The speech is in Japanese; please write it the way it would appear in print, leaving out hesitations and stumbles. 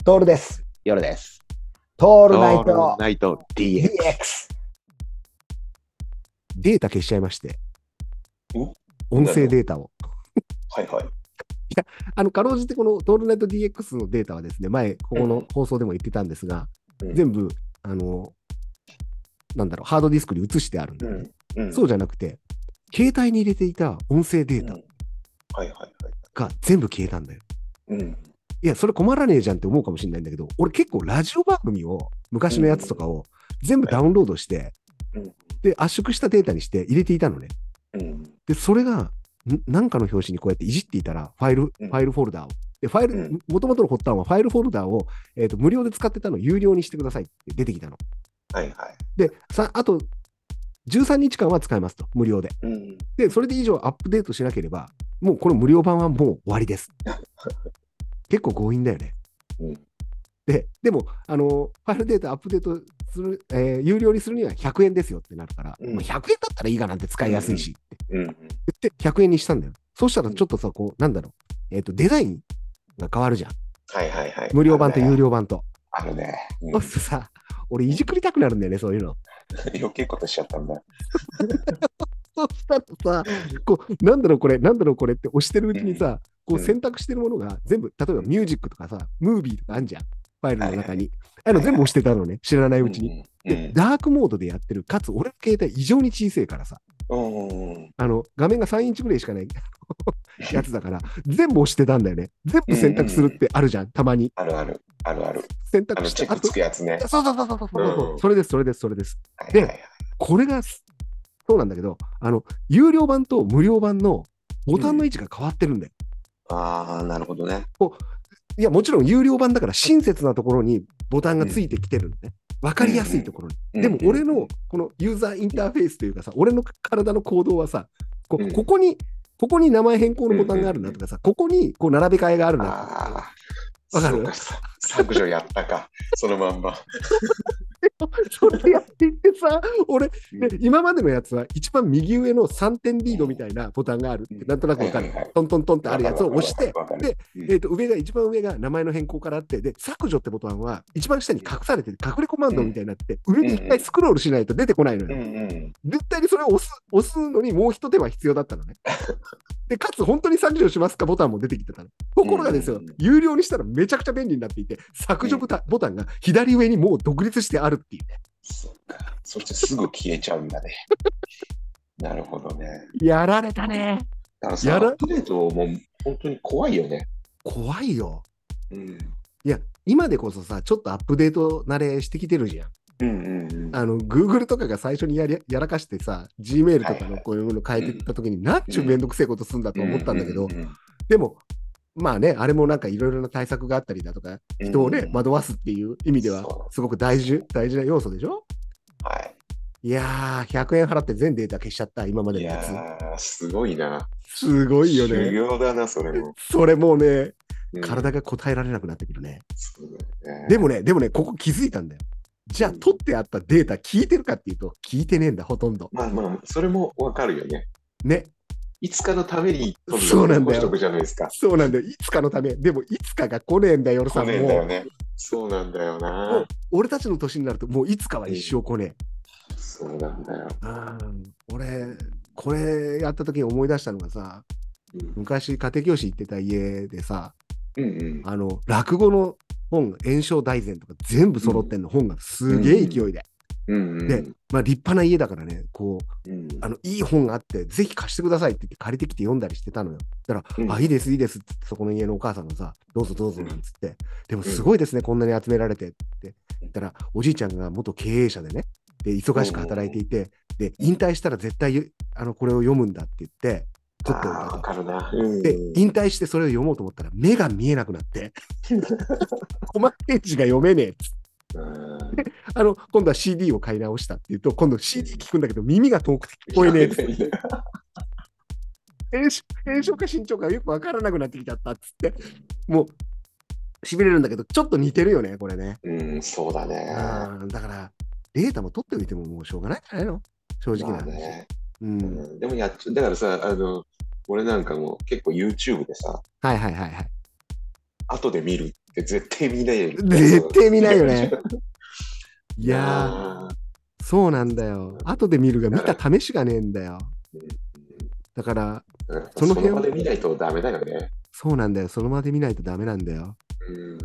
トールです。 夜です。 トールナイオールトナイト DX。 DX。データ消しちゃいまして、音声データを。 はいはい。 かろうじてこのトールナイト DX のデータはですね、前、ここの放送でも言ってたんですが、全部、ハードディスクに移してあるんだよね。そうじゃなくて、携帯に入れていた音声データが全部消えたんだよ。いや、それ困らねえじゃんって思うかもしれないんだけど、俺結構ラジオ番組を、昔のやつとかを全部ダウンロードして、で、圧縮したデータにして入れていたのね。で、それが、なんかの表紙にこうやっていじっていたら、ファイルフォルダーを。で、もともとの発端はファイルフォルダーを、無料で使ってたのを有料にしてくださいって出てきたの。で、あと、13日間は使えますと、無料で。で、それで以上アップデートしなければ、もうこの無料版はもう終わりです。結構強引だよね。でも、ファイルデータアップデートする、有料にするには100円ですよってなるから、100円だったらいいかなんて使いやすいしって言って100円にしたんだよ。そうしたらちょっとさ、こう、デザインが変わるじゃん。無料版と有料版と。 あるね。 そうするとさ、俺いじくりたくなるんだよね、そういうの。 余計ことしちゃったんだ。 そうしたらさ、これって押してるうちにさ、こう選択してるものが全部、例えばミュージックとかさ、ムービーとかあるじゃん。ファイルの中に。全部押してたのね、知らないうちに。で、ダークモードでやってる、かつ俺の携帯異常に小さいからさ、画面が3インチぐらいしかないやつだから、全部押してたんだよね。全部選択するってあるじゃん、たまに。 ある。 選択して、 チェックつくやつね。 そう。それです。で、これが、そうなんだけど、有料版と無料版のボタンの位置が変わってるんだよ。 なるほどね。 いや、もちろん有料版だから親切なところにボタンがついてきてるのね。わかりやすいところに。でも俺のこのユーザーインターフェースというかさ、俺の体の行動はさ、ここに名前変更のボタンがあるなとかさ、ここにこう並べ替えがあるなとか。わかる？ 削除やったか、そのまんま。 それやっていってさ、俺、今までのやつは一番右上の3点リードみたいなボタンがあるって、なんとなくわかる。トントントンってあるやつを押して、で、一番上が名前の変更からあって、で、削除ってボタンは一番下に隠されてて、隠れコマンドみたいになって、上に一回スクロールしないと出てこないのよ。絶対にそれを押すのにもう一手間必要だったのね。で、かつ本当に削除しますかボタンも出てきてたの。ところがですよ、有料にしたらめちゃくちゃ便利になっていて、削除ボタンが左上にもう独立してあるっていうね。 そしてすぐ消えちゃうんだね。なるほどね。 やられたね。 だからさ、アップデートも本当に怖いよね。 怖いよ。いや、今でこそさ、ちょっとアップデート慣れしてきてるじゃん。Google とかが最初にやらかしてさ、Gmail とかのこういうの変えてった時に、なんちゅうめんどくせえことすんだと思ったんだけど、でも、まあね、あれもなんかいろいろな対策があったりだとか、人をね、惑わすっていう意味では、すごく大事な要素でしょ？いやー、100円払って全データ消しちゃった、今までのやつ。 いやー、すごいな。 すごいよね。 修行だな、それも。 それもうね、体が答えられなくなってくるね。でもね、ここ気づいたんだよ。じゃあ、取ってあったデータ聞いてるかっていうと、聞いてねえんだ、ほとんど。 まあ、それもわかるよね。 ね。 いつかのためにそうなんだよ。 じゃないですか。 そうなんだよ。いつかのため。でも、いつかが来ねえんだよ、さんも。 来ねえんだよね。そうなんだよな。 俺たちの年になると、もういつかは一生来ねえ。そうなんだよ。 俺、これやった時に思い出したのがさ、昔、家庭教師行ってた家でさ、落語の本、炎章大全とか全部揃ってんの、本がすげえ勢いで。で、まあ、立派な家だからね、こう、いい本があって、ぜひ貸してくださいって言って借りてきて読んだりしてたのよ。だから、いいですって、そこの家のお母さんがさ、どうぞなんつって、でもすごいですね、こんなに集められてって言ったら、おじいちゃんが元経営者でね、で、忙しく働いていて、で、引退したら絶対、これを読むんだって言って、取っておいたと。 わかるな。 で、引退してそれを読もうと思ったら、目が見えなくなって、コマページが読めねえっつって。今度は CD を買い直したっていうと、今度 CD 聞くんだけど耳が遠くて聞こえねえっつって。炎症か身長かよくわからなくなってきちゃったっつって。もう、しびれるんだけど、ちょっと似てるよね、これね。 そうだね。 だから、データも取っておいてももうしょうがないんじゃないの？正直な話。 でもだからさ、俺なんかも結構 YouTube でさ、後で見る絶対見ないよね。 絶対見ないよね。いやー、そうなんだよ。後で見るが見た試しがねえんだよ。だから、 その辺で見ないとダメだよね。 そうなんだよ。その場で見ないとダメなんだよ。